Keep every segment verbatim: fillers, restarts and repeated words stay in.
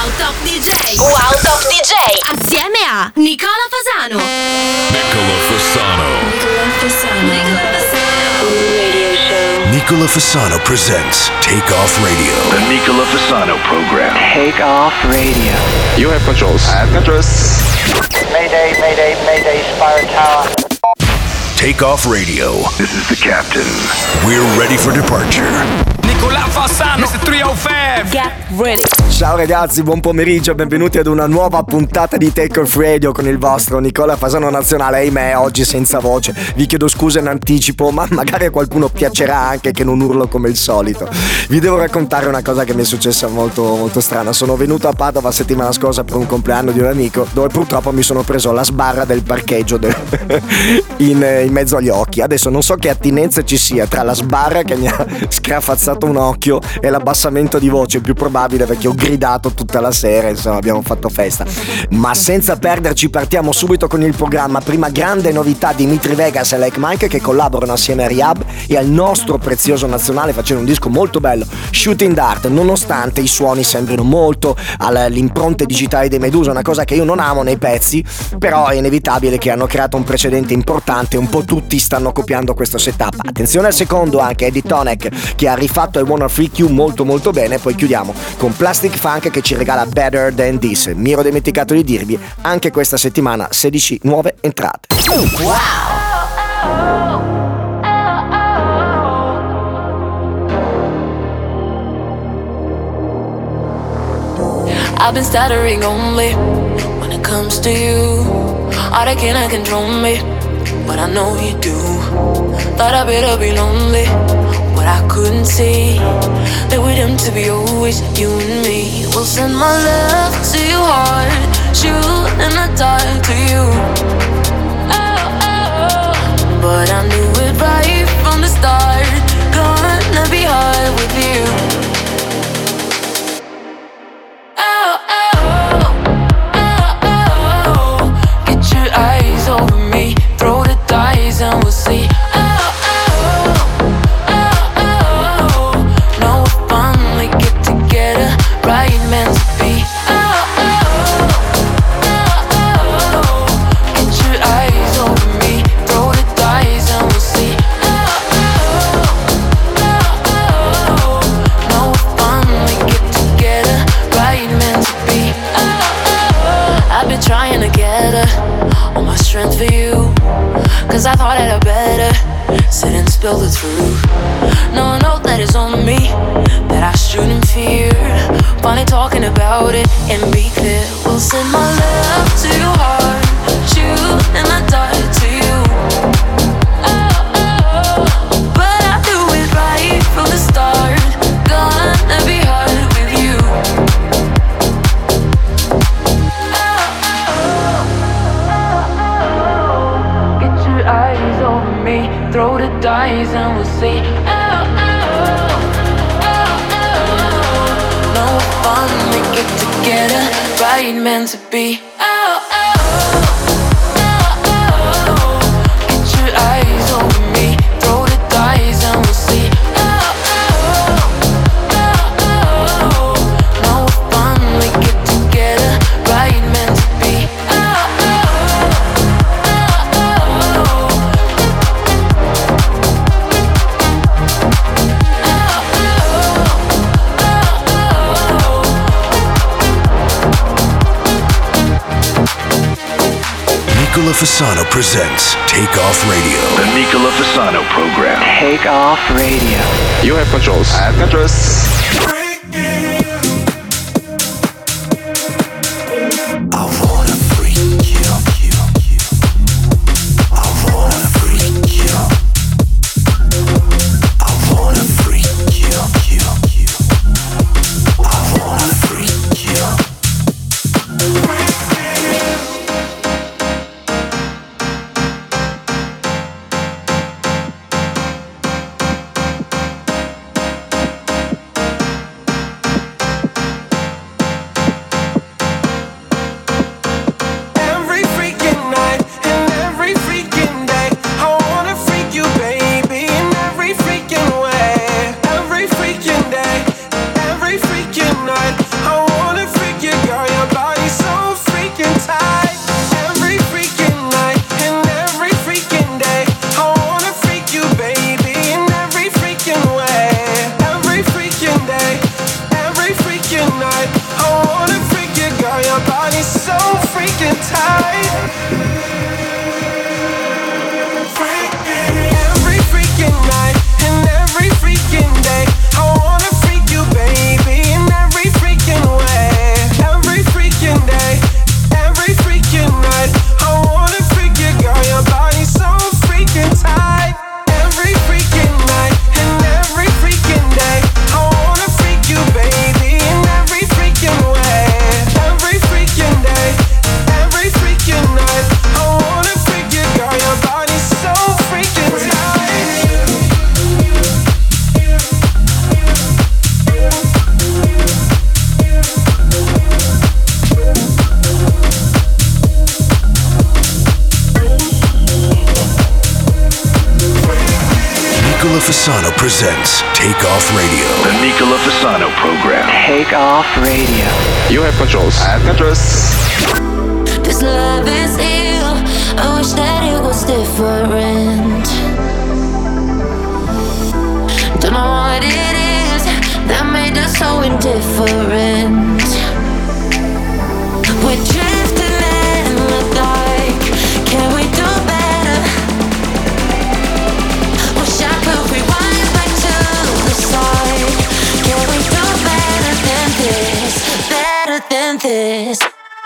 Wow Top D J. Wow Top D J. Assieme a Nicola Fasano. Nicola Fasano. Nicola Fasano. Nicola Fasano. Radio show. Nicola Fasano presents Take Off Radio. The Nicola Fasano program. Take Off Radio. You have controls. I have controls. Mayday, mayday, mayday, Spire Tower. Take Off Radio. This is the captain. We're ready for departure. Nicola Fasano, mister trecentocinque. Get ready. Ciao ragazzi, buon pomeriggio e benvenuti ad una nuova puntata di Take Off Radio con il vostro Nicola Fasano nazionale. Ahimè, oggi senza voce. Vi chiedo scusa in anticipo, ma magari a qualcuno piacerà anche che non urlo come il solito. Vi devo raccontare una cosa che mi è successa molto, molto strana. Sono venuto a Padova settimana scorsa per un compleanno di un amico, dove purtroppo mi sono preso la sbarra del parcheggio del in, in mezzo agli occhi. Adesso non so che attinenza ci sia tra la sbarra che mi ha scrafazzato un occhio e l'abbassamento di voce, più probabile perché ho gridato tutta la sera, insomma abbiamo fatto festa. Ma senza perderci partiamo subito con il programma. Prima grande novità, Dimitri Vegas e Like Mike che collaborano assieme a Rehab e al nostro prezioso nazionale facendo un disco molto bello, Shooting Dart, nonostante i suoni sembrino molto alle impronte digitali dei Medusa, una cosa che io non amo nei pezzi, però è inevitabile che hanno creato un precedente importante, un po' tutti stanno copiando questo setup. Attenzione al secondo, anche Eddie Tonek che ha rifatto I Wanna Freak You molto molto bene. Poi chiudiamo con Plastic Funk che ci regala Better Than This. Mi ero dimenticato di dirvi, anche questa settimana sedici nuove entrate. Wow. I've been stuttering only when it comes to you. I can't control me, but I know you do. Thought I better be lonely, but I couldn't see that we're doomed to be always you and me. We'll send my love to your heart, shoot and I die to you. Oh, oh. But I knew it right from the start, gonna be hard with you. Oh, oh, oh, oh. Get your eyes over me, throw the dice and we'll see. For you, cause I thought that I better sit and spill the truth. No, no, that is on me, that I shouldn't fear. Finally talking about it and be clear. We'll send my love to your heart, shoot and I die to you. Oh, oh, but I do it right from the start, gonna be hard with you. Eyes over me, throw the dice and we'll see. Oh, oh, oh, oh. No fun, we get together, right meant to be. Oh, oh, oh, oh. Get your eyes over me, throw the dice and we'll see. Oh, oh, oh, oh. No fun, we get together, right meant to be. Nicola Fasano presents Take Off Radio. The Nicola Fasano program. Take Off Radio. You have controls. I have controls. tight. Every freaking night and every freaking day, I wanna freak you, baby, in every freaking way. Every freaking day, every freaking night, I wanna freak you, girl, your body's so freaking tight. Every freaking night and every freaking day, I wanna freak you, baby, in every freaking way. Every freaking day, every freaking night, I wanna freak you, girl, your body's so freaking tight. Nicola Fasano presents Take Off Radio. The Nicola Fasano program. Take Off Radio. You have controls. I have controls. This love is ill. I wish that it was different. Don't know what it is that made us so indifferent. We're drifting in the dark. Can we do better? Wish I could rewind back to the start. Can we do better than this? Better than this?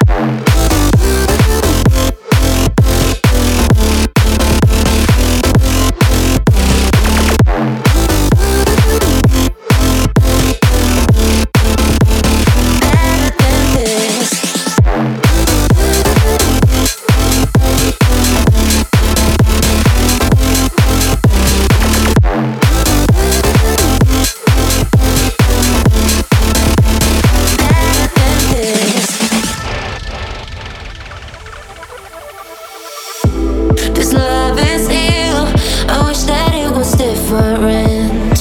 This love is ill. I wish that it was different.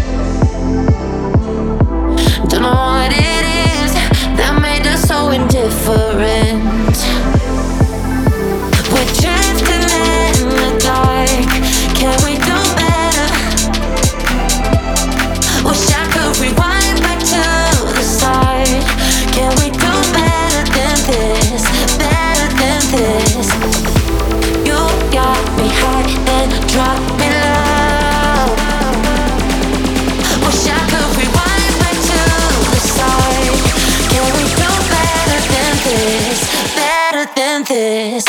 Don't know what it is that made us so indifferent. We're drifting in the dark. Can we do better? Wish I could rewind back to the start. Can we do better than this? Better than this? You got me high and drop me low. Wish I could rewind back to the start. Can we do better than this? Better than this?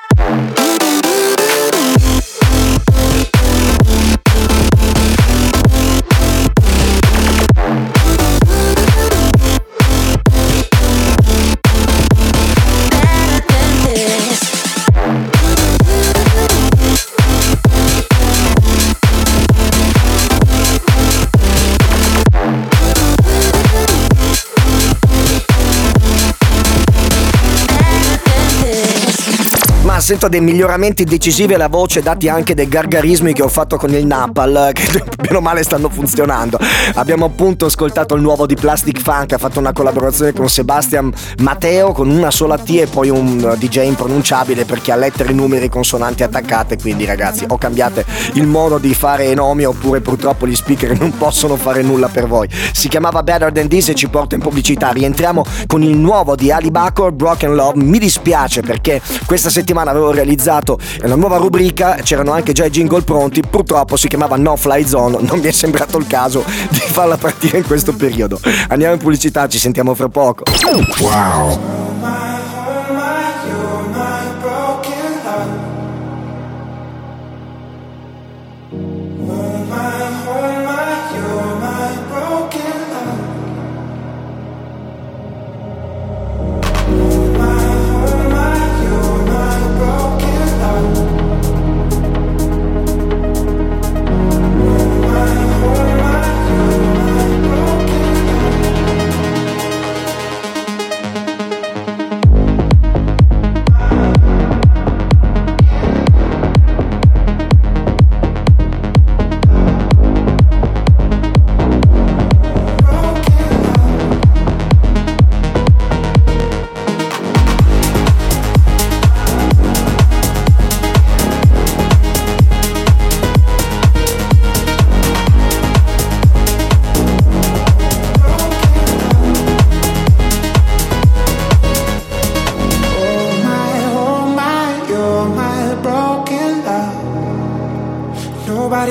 Sento dei miglioramenti decisivi alla voce dati anche dai gargarismi che ho fatto con il Napal, che bene o male stanno funzionando. Abbiamo appunto ascoltato il nuovo di Plastic Funk, ha fatto una collaborazione con Sebastian Matteo con una sola T e poi un D J impronunciabile perché ha lettere, numeri, consonanti attaccate, quindi ragazzi o cambiate il modo di fare nomi oppure purtroppo gli speaker non possono fare nulla per voi. Si chiamava Better Than This e ci porta in pubblicità. Rientriamo con il nuovo di Ali Bakor, Broken Love. Mi dispiace perché questa settimana avevo realizzato una nuova rubrica, c'erano anche già i jingle pronti, purtroppo si chiamava No Fly Zone, non mi è sembrato il caso di farla partire in questo periodo. Andiamo in pubblicità, ci sentiamo fra poco. Wow.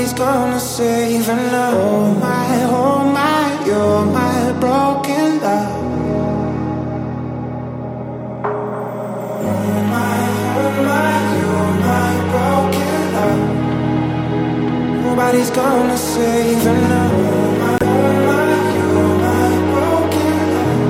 Nobody's gonna save her now. Oh my, oh my, you're my broken love. Oh my, oh my, you're my broken love. Nobody's gonna save her now. Oh my, oh my, you're my broken love.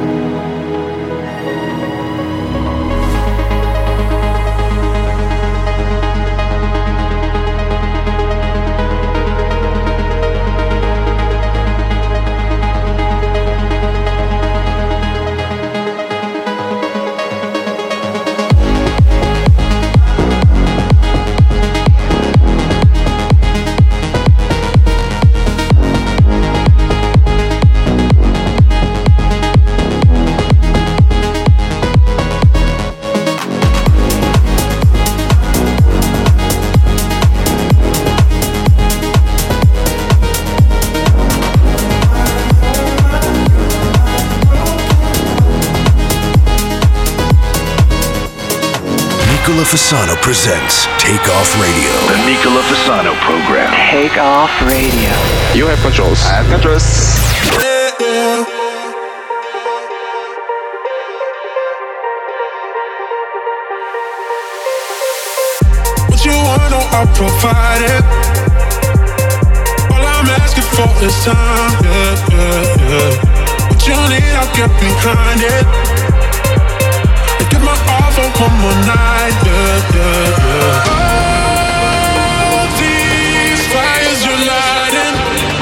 Nicola Fasano presents Take Off Radio. The Nicola Fasano program. Take Off Radio. You have controls. I have controls. What you want, no, I'll provide it. All I'm asking for is time, yeah, yeah, yeah. What you need, I'll get behind it. And give my all for one more night, yeah, yeah, yeah. All these fires you're lighting,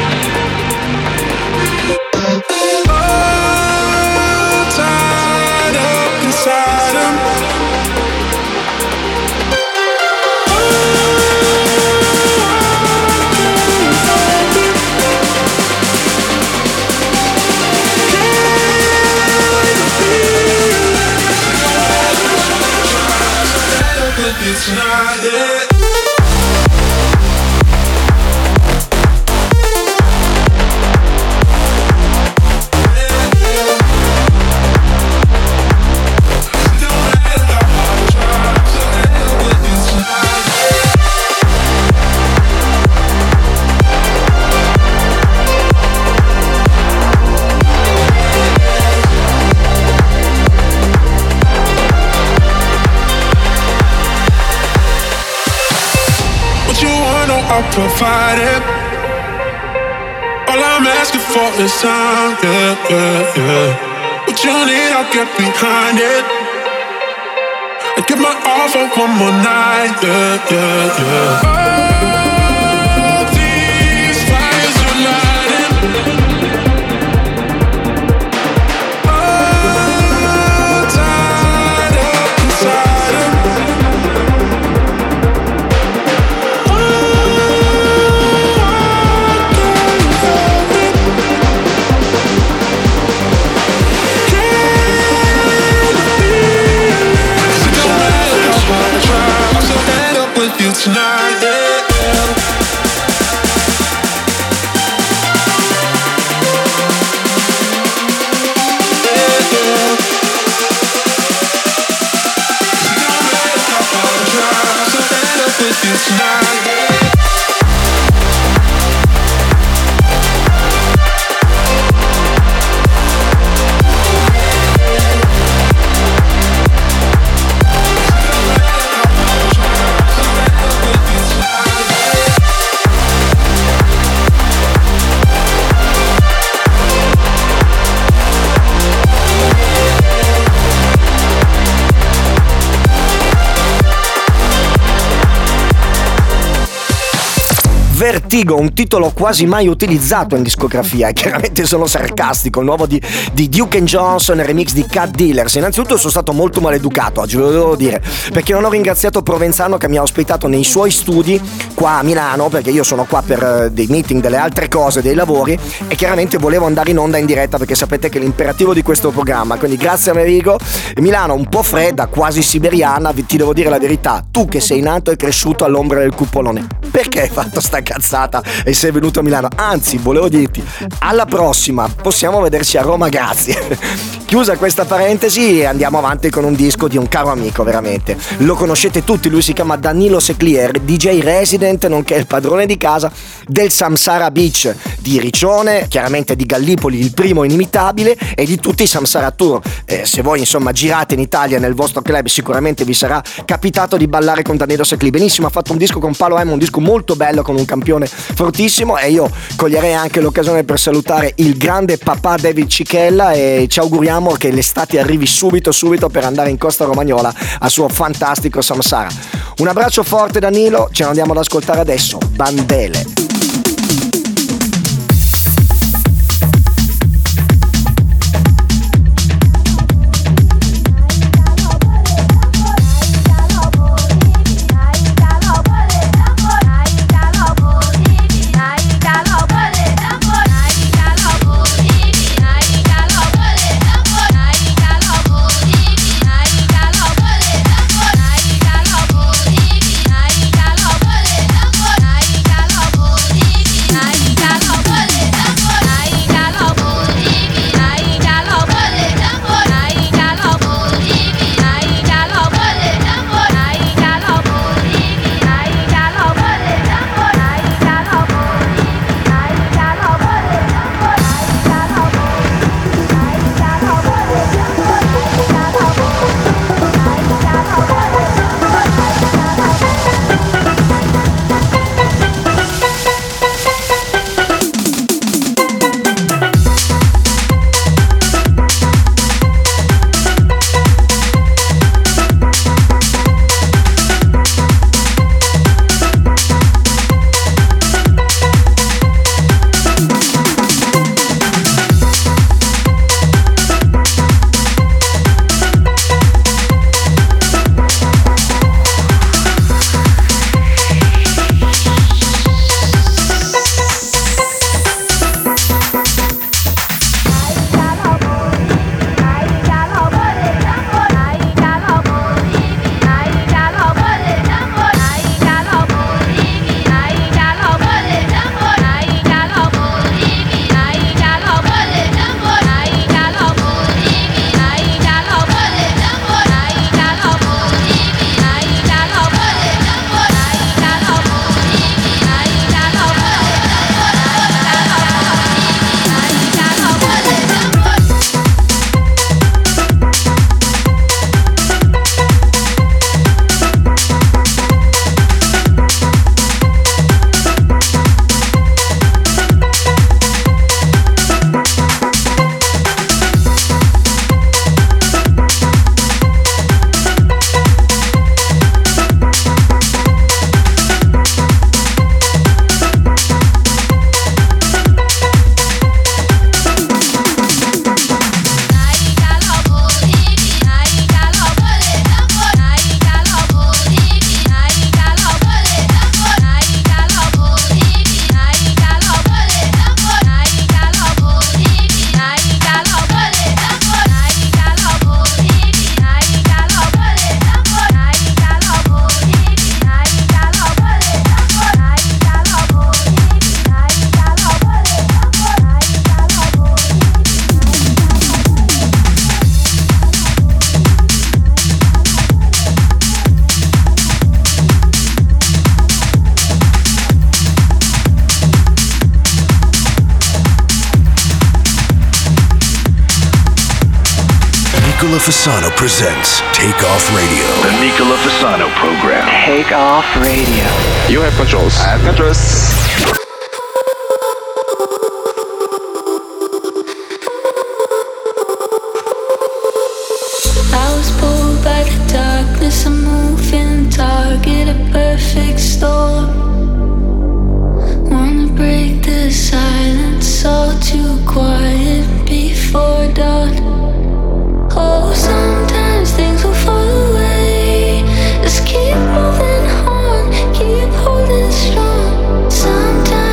all tied up inside them. It's not it. I'll provide it. All I'm asking for is time, yeah, yeah, yeah. What you need, I'll get behind it. And give my all for one more night, yeah, yeah, yeah. All these fires you're lighting, all tied up inside them. Tonight, yeah, yeah. Yeah, yeah. No matter how far I try, I'm so fed up with you tonight, yeah. Vertigo, un titolo quasi mai utilizzato in discografia, e chiaramente sono sarcastico. Il nuovo di, di Duke and Johnson, remix di Cat Dealers. Innanzitutto sono stato molto maleducato oggi, ve lo devo dire, perché non ho ringraziato Provenzano che mi ha ospitato nei suoi studi qua a Milano, perché io sono qua per dei meeting, delle altre cose, dei lavori, e chiaramente volevo andare in onda in diretta perché sapete che è l'imperativo di questo programma. Quindi grazie Amerigo. Milano un po' fredda, quasi siberiana, ti devo dire la verità, tu che sei nato e cresciuto all'ombra del cupolone, perché hai fatto sta cazzata? puntata e sei venuto a Milano. Anzi, volevo dirti, alla prossima possiamo vederci a Roma, grazie. Chiusa questa parentesi, andiamo avanti con un disco di un caro amico, veramente. Lo conoscete tutti, lui si chiama Danilo Seclier, D J resident, nonché il padrone di casa del Samsara Beach di Riccione, chiaramente di Gallipoli, il primo inimitabile, e di tutti i Samsara Tour. Eh, se voi insomma girate in Italia nel vostro club, sicuramente vi sarà capitato di ballare con Danilo Seclier. Benissimo, ha fatto un disco con Paolo M, un disco molto bello con un campione fortissimo, e io coglierei anche l'occasione per salutare il grande papà David Cichella e ci auguriamo che l'estate arrivi subito subito per andare in Costa Romagnola al suo fantastico Samsara. Un abbraccio forte Danilo, ce ne andiamo ad ascoltare adesso Bandele. Nicola Fasano presents Take Off Radio. The Nicola Fasano program. Take Off Radio. You have controls. I have controls. I was pulled by the darkness, a moving target, a perfect storm. Wanna break the silence, all too quiet before dawn. Oh, sometimes things will fall away. Just keep moving on, keep holding strong. Sometimes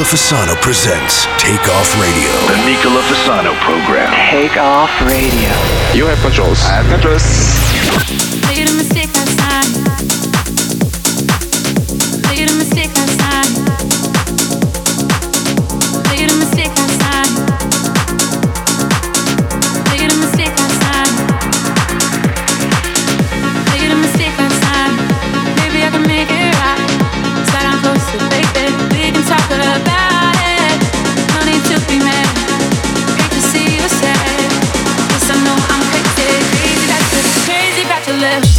Fasano presents Take Off Radio. The Nicola Fasano program. Take Off Radio. You have controls. I have controls. Made a mistake last time. Made a mistake last time. Made a mistake last time. Made a mistake last time. Made a mistake last time. Maybe I can make it right. Slide down closer, baby. We can talk about it. No need to be mad. Hate to see you sad. Yes, I know I'm crazy, crazy about you, crazy about your lips.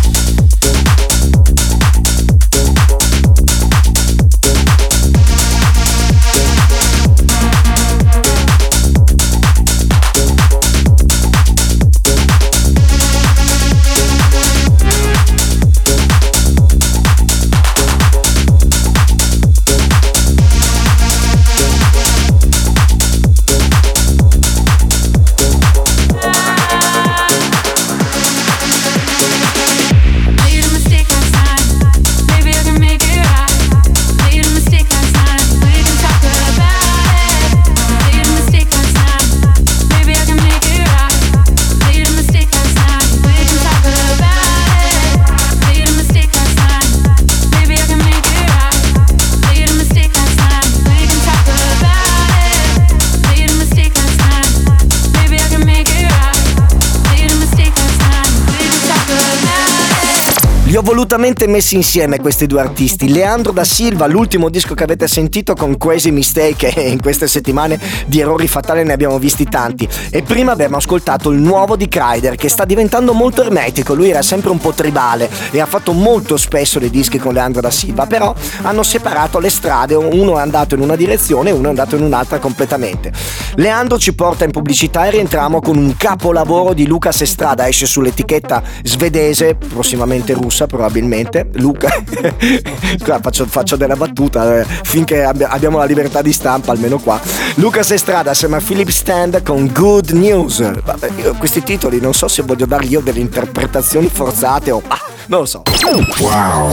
Li ho volutamente messi insieme questi due artisti. Leandro da Silva, l'ultimo disco che avete sentito con Crazy Mistake, e in queste settimane di errori fatali ne abbiamo visti tanti. E prima abbiamo ascoltato il nuovo di Kryder, che sta diventando molto ermetico. Lui era sempre un po' tribale e ha fatto molto spesso dei dischi con Leandro da Silva, però hanno separato le strade, uno è andato in una direzione e uno è andato in un'altra completamente. Leandro ci porta in pubblicità e rientriamo con un capolavoro di Lucas Estrada, esce sull'etichetta svedese, prossimamente russa probabilmente. Luca qua faccio, faccio della battuta eh, finché abbia, abbiamo la libertà di stampa, almeno qua. Lucas Estrada assieme a Philip Stand con Good News. Vabbè, io questi titoli non so se voglio dargli io delle interpretazioni forzate o ah, non lo so. Wow.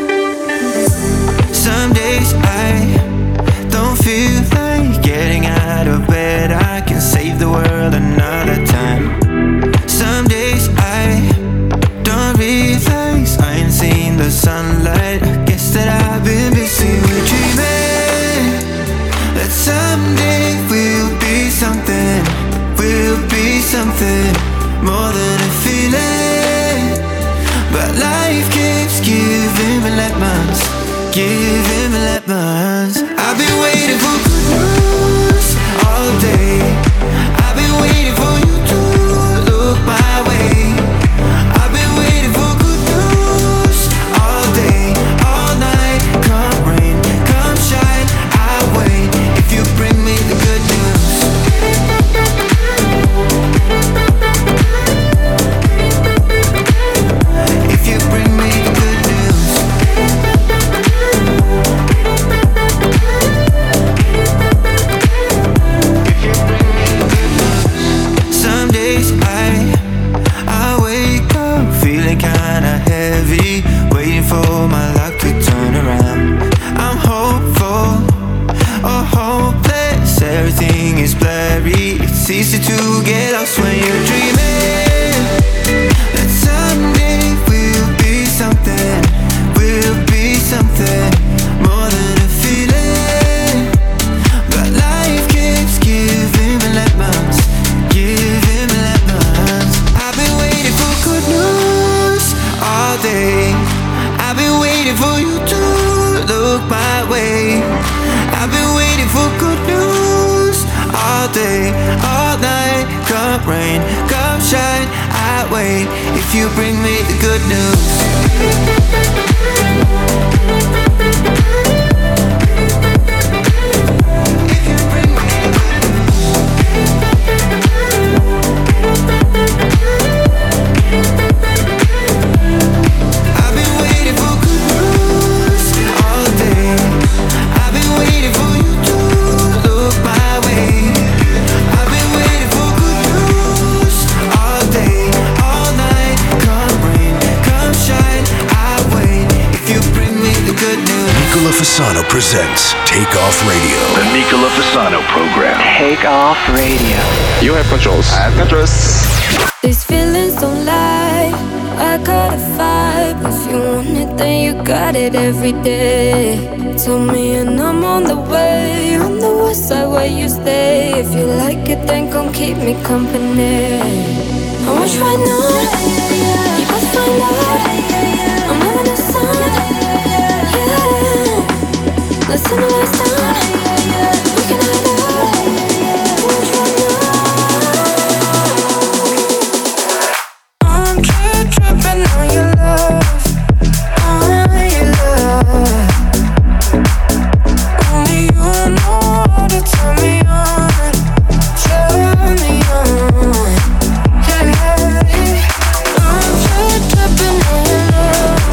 Some days I don't feel like getting out of bed. I can save the world another time. Some days I don't realize I ain't seen the sunlight. I guess that I've been busy with dreaming that someday we'll be something. We'll be something more than a feeling. But life keeps giving me lemons, giving me lemons. I've been waiting for good news all day. I've been waiting for you to look my way. I've been waiting for good news all day, all night. Come rain, come shine, I'll wait if you bring me the good news. If you bring me the good news. If you bring me the good news. Some days I I wake up feeling kinda heavy, waiting for my luck to turn around. I'm hopeful or hopeless, everything is blurry. It's easy to get lost when you're dreaming that someday we'll be something, we'll be something more than a feeling. But life keeps giving me lemons, giving me lemons. I've been waiting for good news all day. I've been waiting for you to look my way. I've been waiting for good news all day, all night. Come rain, come shine, I wait if you bring me the good news. I Fasano presents Take Off Radio. The Nicola Fasano program. Take Off Radio. You have controls. I have controls. These feelings don't lie. I got a vibe. If you want it, then you got it every day. Tell me and I'm on the way. On the west side where you stay. If you like it, then come keep me company. How much right now? You can find out. I'm having a son. Yeah. Listen to my sound. We can hide out. How much right now? I'm trip tripping on your love, on your love. Only you know how to turn me on, turn me on. Yeah, I'm trip tripping on your love.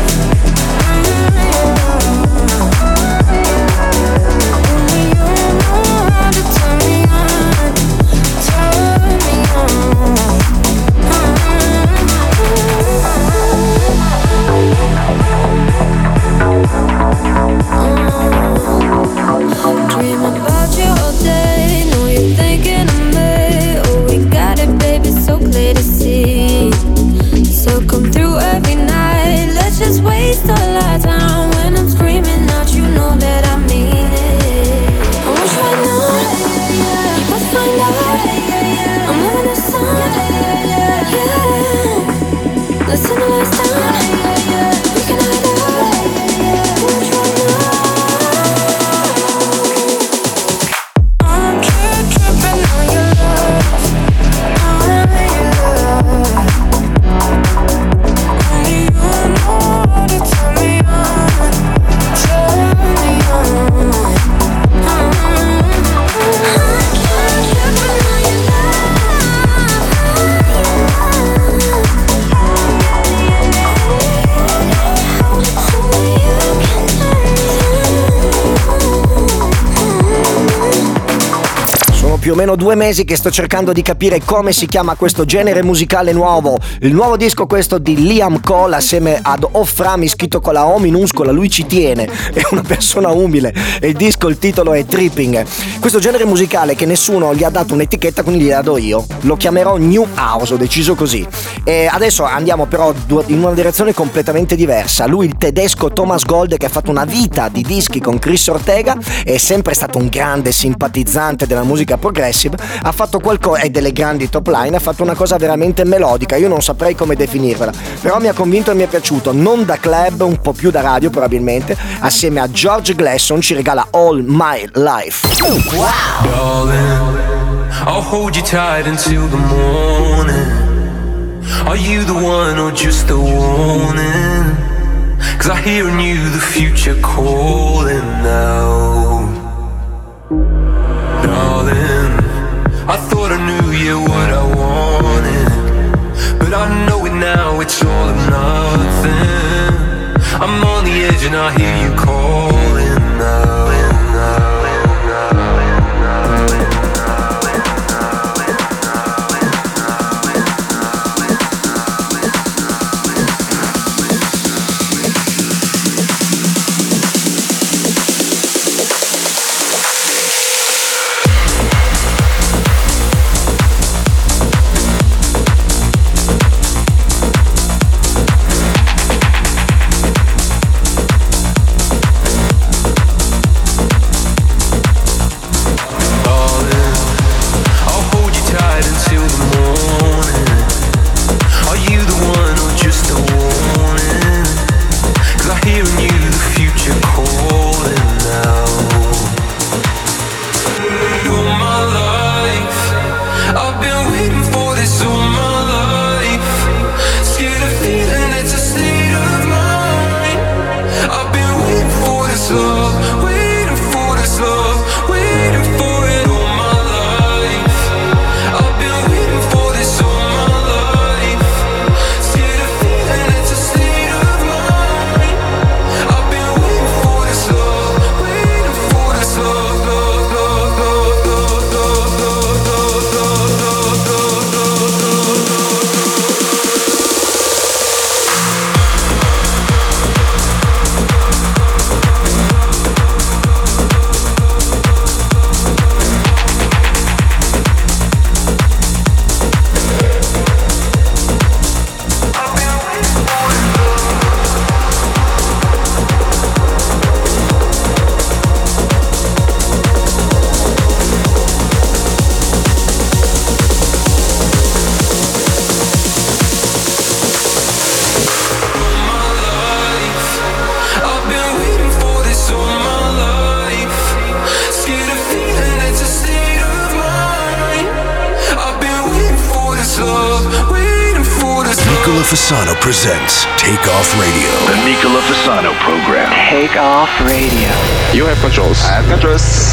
Only you know how to turn me on, turn me on. Dream about you all day. Know you're thinking of me. Oh, we got it, baby, so clear to see. So come through every night. Let's just waste all our time. When I'm screaming out, you know that I mean it. I wish right now you could find out. I'm having a son. Yeah. Listen to my sound. We can hide out. I wish right now. I'm trip tripping on your love, on your love. Only you know how to turn me on, turn me on. I'm trip tripping on your love. Only you can turn me on. Sono più o meno due mesi che sto cercando di capire come si chiama questo genere musicale nuovo. Il nuovo disco, questo di Liam Cole assieme ad Oframi, scritto con la O minuscola. Lui ci tiene, è una persona umile. E il disco, il titolo è Tripping. Questo genere musicale che nessuno gli ha dato un'etichetta, quindi gliela do io. Lo chiamerò New House, ho deciso così. E adesso andiamo però in una direzione completamente diversa. Lui, il tedesco Thomas Gold, che ha fatto una vita di dischi con Chris Ortega, è sempre stato un grande simpatizzante della musica progressive, ha fatto qualcosa, e delle grandi top line, ha fatto una cosa veramente melodica. Io non saprei come definirvela, però mi ha convinto e mi è piaciuto. Non da club, un po' più da radio probabilmente. Assieme a George Glasson ci regala All My Life. Wow. Darling, I'll hold you tight until the morning. Are you the one or just a warning? Cause I hear in you the future calling now. Darling, I thought I knew you what I wanted, but I know it now, it's all or nothing. I'm on the edge and I hear you calling now. Fasano presents Take Off Radio. The Nicola Fasano program. Take Off Radio. You have controls. I have controls.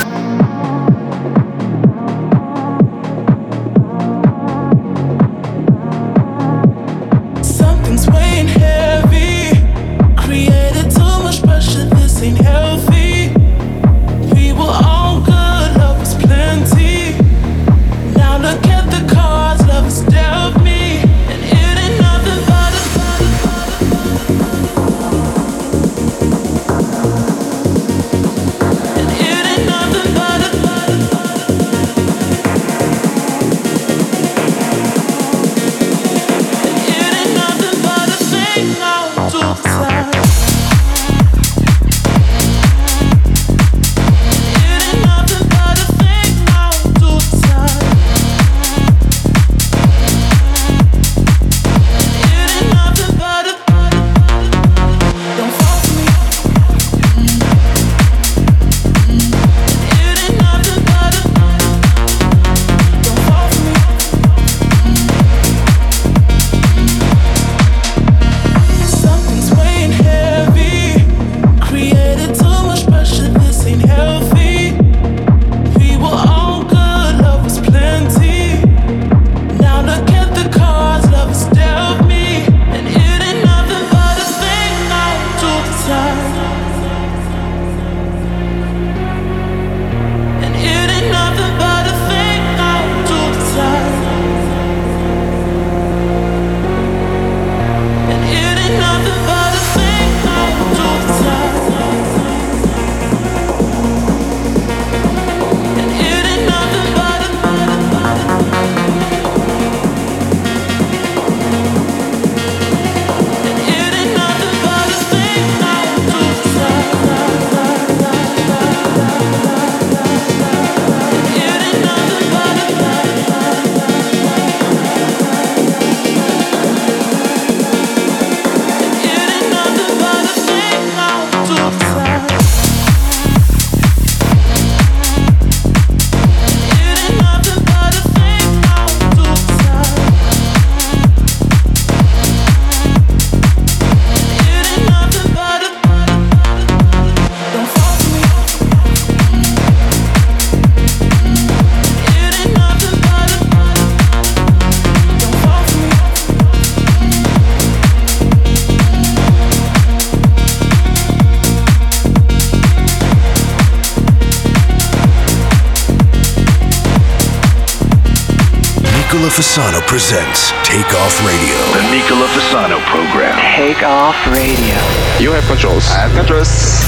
Nicola Fasano presents Take Off Radio. The Nicola Fasano program. Take Off Radio. You have controls. I have controls.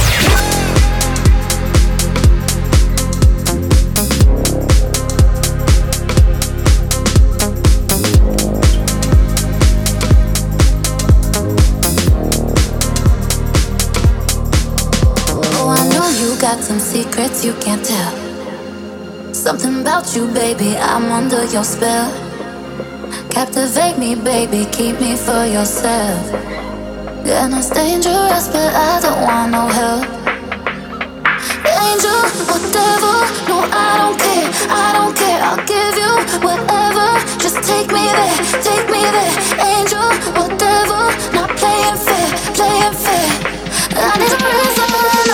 Got some secrets you can't tell. Something about you, baby, I'm under your spell. Captivate me, baby, keep me for yourself. And it's dangerous, but I don't want no help. Angel or devil, no, I don't care, I don't care. I'll give you whatever, just take me there, take me there. Angel or devil, not playing fair, playing fair. I need a reason.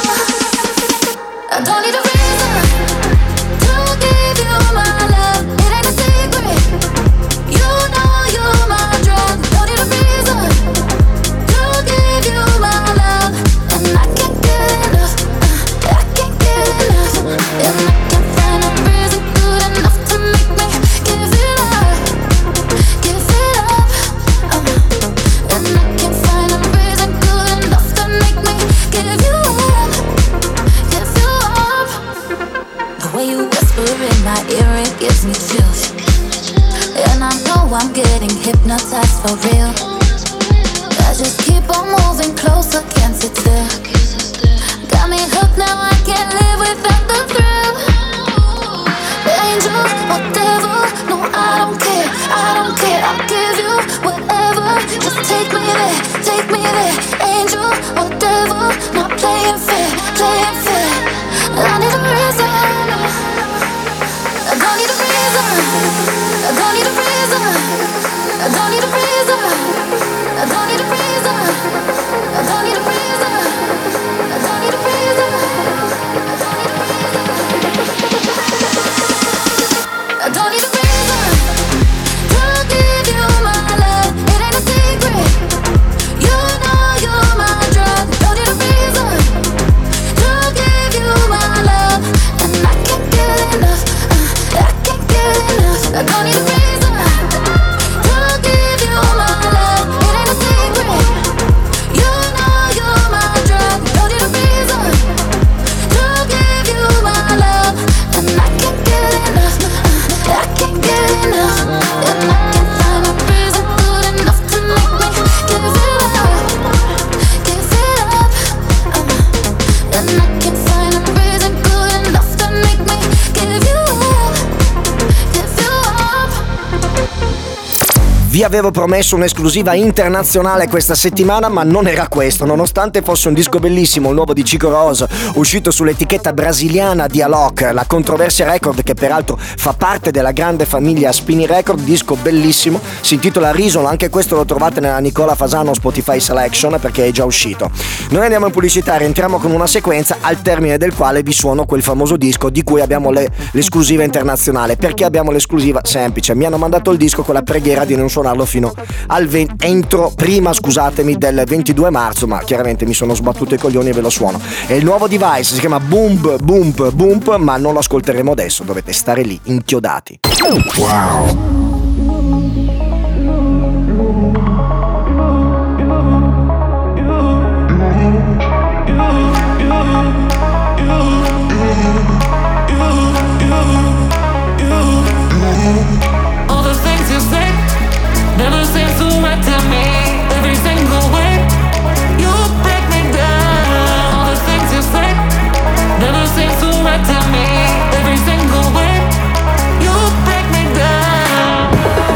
I don't need a reason to give you my love. It ain't a secret. You know you're my drug. Don't need a reason to give you my love. And I can't get enough. I can't get enough. And I can't find a reason good enough to make me give it up, give it up. Uh, and I can't find a reason good enough to make me give you up. The way you whisper in my ear, it gives me chills. And I know I'm getting hypnotized for real. I just keep on moving closer, can't sit still. Got me hooked, now I can't live without the thrill. Angel or devil, no, I don't care, I don't care. I'll give you whatever, just take me there, take me there. Angel or devil, not playing fair, playing fair. I need a reason. I don't need a reason. I don't need a reason. I don't need a reason. Vi avevo promesso un'esclusiva internazionale questa settimana, ma non era questo. Nonostante fosse un disco bellissimo, il nuovo di Chico Rose, uscito sull'etichetta brasiliana di Alok, la Controversia Record, che peraltro fa parte della grande famiglia Spinny Record, disco bellissimo, si intitola Reason, anche questo lo trovate nella Nicola Fasano Spotify Selection perché è già uscito. Noi andiamo in pubblicità, rientriamo con una sequenza al termine del quale vi suono quel famoso disco di cui abbiamo le, l'esclusiva internazionale. Perché abbiamo l'esclusiva? Semplice, mi hanno mandato il disco con la preghiera di non suonarlo fino al venti, entro prima scusatemi del ventidue marzo, ma chiaramente mi sono sbattuto i coglioni e ve lo suono. È il nuovo device, si chiama Boom Boom Boom, ma non lo ascolteremo adesso, dovete stare lì inchiodati. Wow. All the things you say never seem to matter to me. Every single way you break me down. All the things you say never seem to matter to me. Every single way you break me down.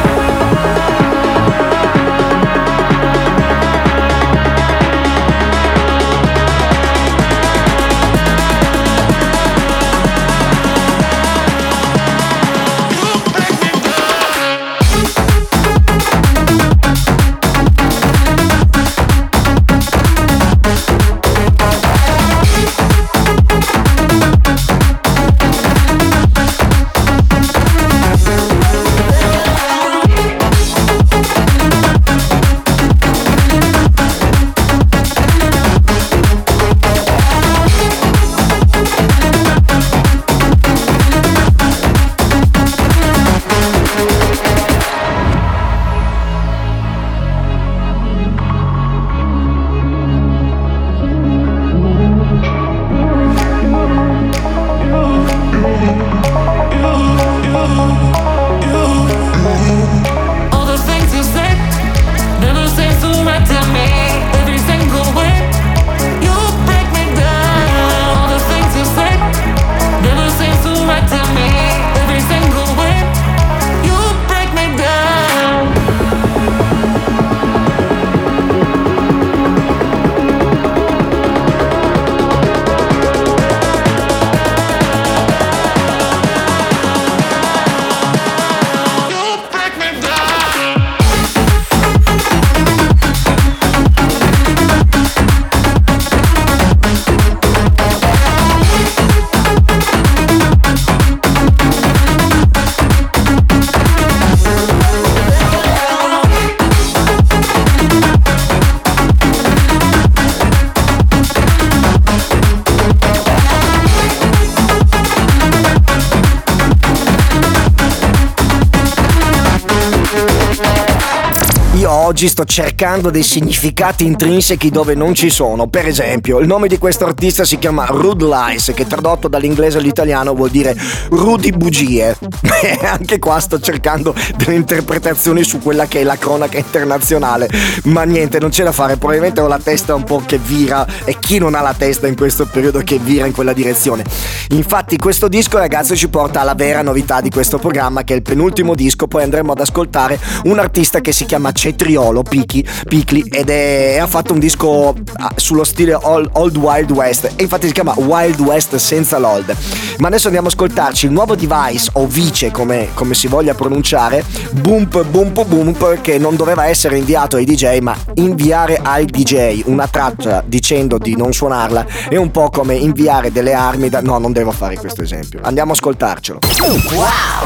Oggi sto cercando dei significati intrinseci dove non ci sono. Per esempio, il nome di questo artista si chiama Rude Lies, che tradotto dall'inglese all'italiano vuol dire rudi bugie. Beh, anche qua sto cercando delle interpretazioni su quella che è la cronaca internazionale, ma niente, non c'è da fare. Probabilmente ho la testa un po' che vira, e chi non ha la testa in questo periodo che vira in quella direzione. Infatti questo disco, ragazzi, ci porta alla vera novità di questo programma, che è il penultimo disco. Poi andremo ad ascoltare un artista che si chiama Cetriolo Picchi, Picli, ed è, ha fatto un disco sullo stile old, old Wild West, e infatti si chiama Wild West senza l'old. Ma adesso andiamo ad ascoltarci il nuovo device, o vice come, come si voglia pronunciare, Boomp Boomp Boomp, che non doveva essere inviato ai D J ma inviare al D J una traccia dicendo di non suonarla è un po' come inviare delle armi da... no, non devo fare questo esempio. Andiamo ad ascoltarcelo. Wow!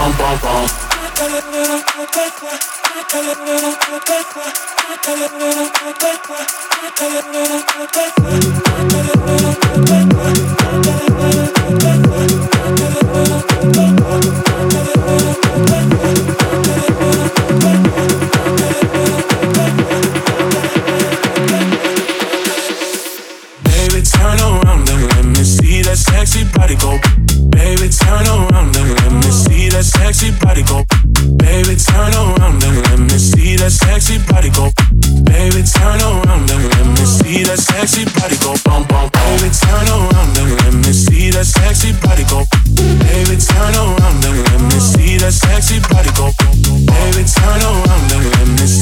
Baby, turn around and let me see that sexy body go. Baby, turn around and let me see that sexy body go. Baby, turn around and let me see that sexy body go. Baby, turn around and let me see that sexy body go. Bum, bum, baby, turn around and let me see that sexy body go. Baby, turn around and let me see that sexy body go. Baby, turn around and let me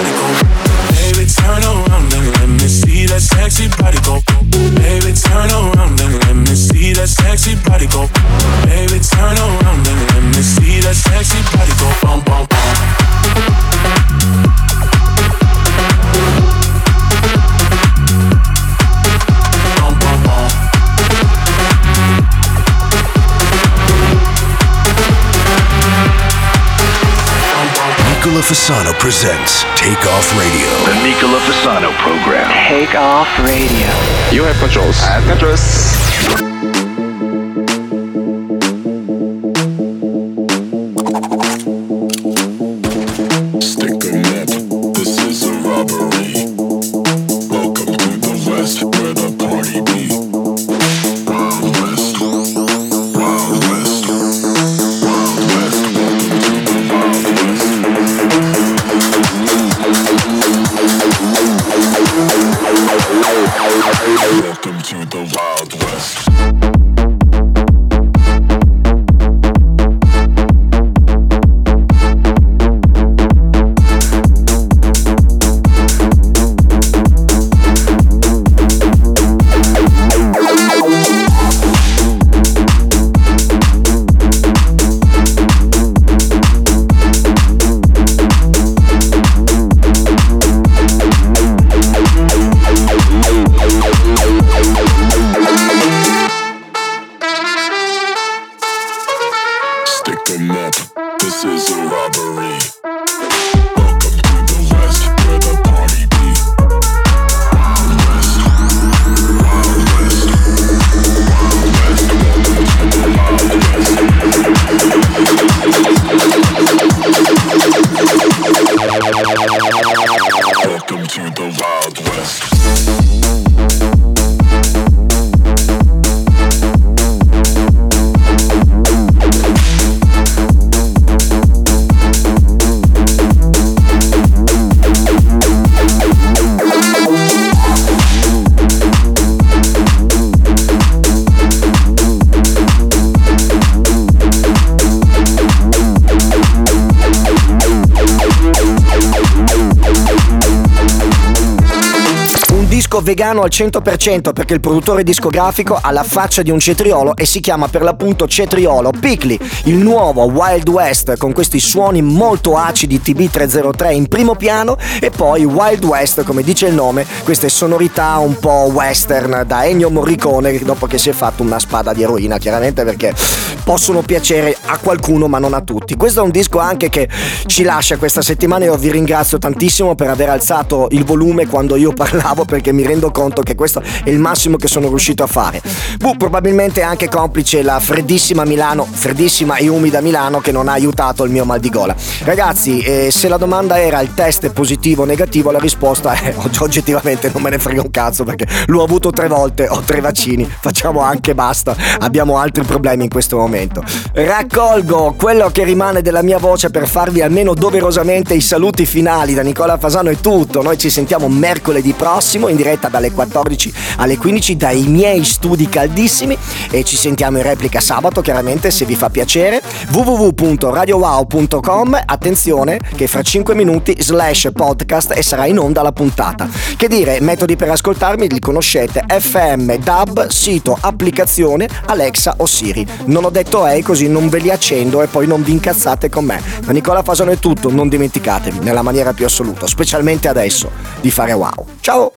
body go. Baby, turn around and let me see that sexy body go. Baby, turn around and let me see that sexy body go. Baby, turn around and let me see that sexy body go. Bum, bum, bum. Nicola Fasano presents Take Off Radio. The Nicola Fasano program. Take Off Radio. You have controls. I have controls. Stick 'em up. This is a robbery. Welcome to the West, where the party be. Wild West, Wild West, Wild West. Welcome to the Wild West. Vegano al cento per cento perché il produttore discografico ha la faccia di un cetriolo e si chiama per l'appunto Cetriolo. Piccoli, il nuovo Wild West con questi suoni molto acidi T B trecentotre in primo piano e poi Wild West, come dice il nome, queste sonorità un po' western da Ennio Morricone dopo che si è fatto una spada di eroina, chiaramente, perché possono piacere a qualcuno ma non a tutti. Questo è un disco anche che ci lascia questa settimana e io vi ringrazio tantissimo per aver alzato il volume quando io parlavo, perché mi rendo conto che questo è il massimo che sono riuscito a fare. Buh, probabilmente anche complice la freddissima Milano, freddissima e umida Milano, che non ha aiutato il mio mal di gola. Ragazzi, eh, se la domanda era il test è positivo o negativo, la risposta è oggettivamente non me ne frega un cazzo, perché l'ho avuto tre volte, ho tre vaccini, facciamo anche basta, abbiamo altri problemi in questo momento. Raccolgo quello che rimane della mia voce per farvi almeno doverosamente i saluti finali. Da Nicola Fasano è tutto, noi ci sentiamo mercoledì prossimo in diretta dalle quattordici alle quindici dai miei studi caldissimi e ci sentiamo in replica sabato, chiaramente, se vi fa piacere. w w w punto radio wow punto com. Attenzione che fra cinque minuti slash podcast e sarà in onda la puntata. Che dire, metodi per ascoltarmi li conoscete: F M, D A B, sito, applicazione, Alexa o Siri. Non ho detto E, così non ve li accendo e poi non vi incazzate con me. Da Nicola Fasano è tutto, non dimenticatevi nella maniera più assoluta, specialmente adesso, di fare wow. Ciao!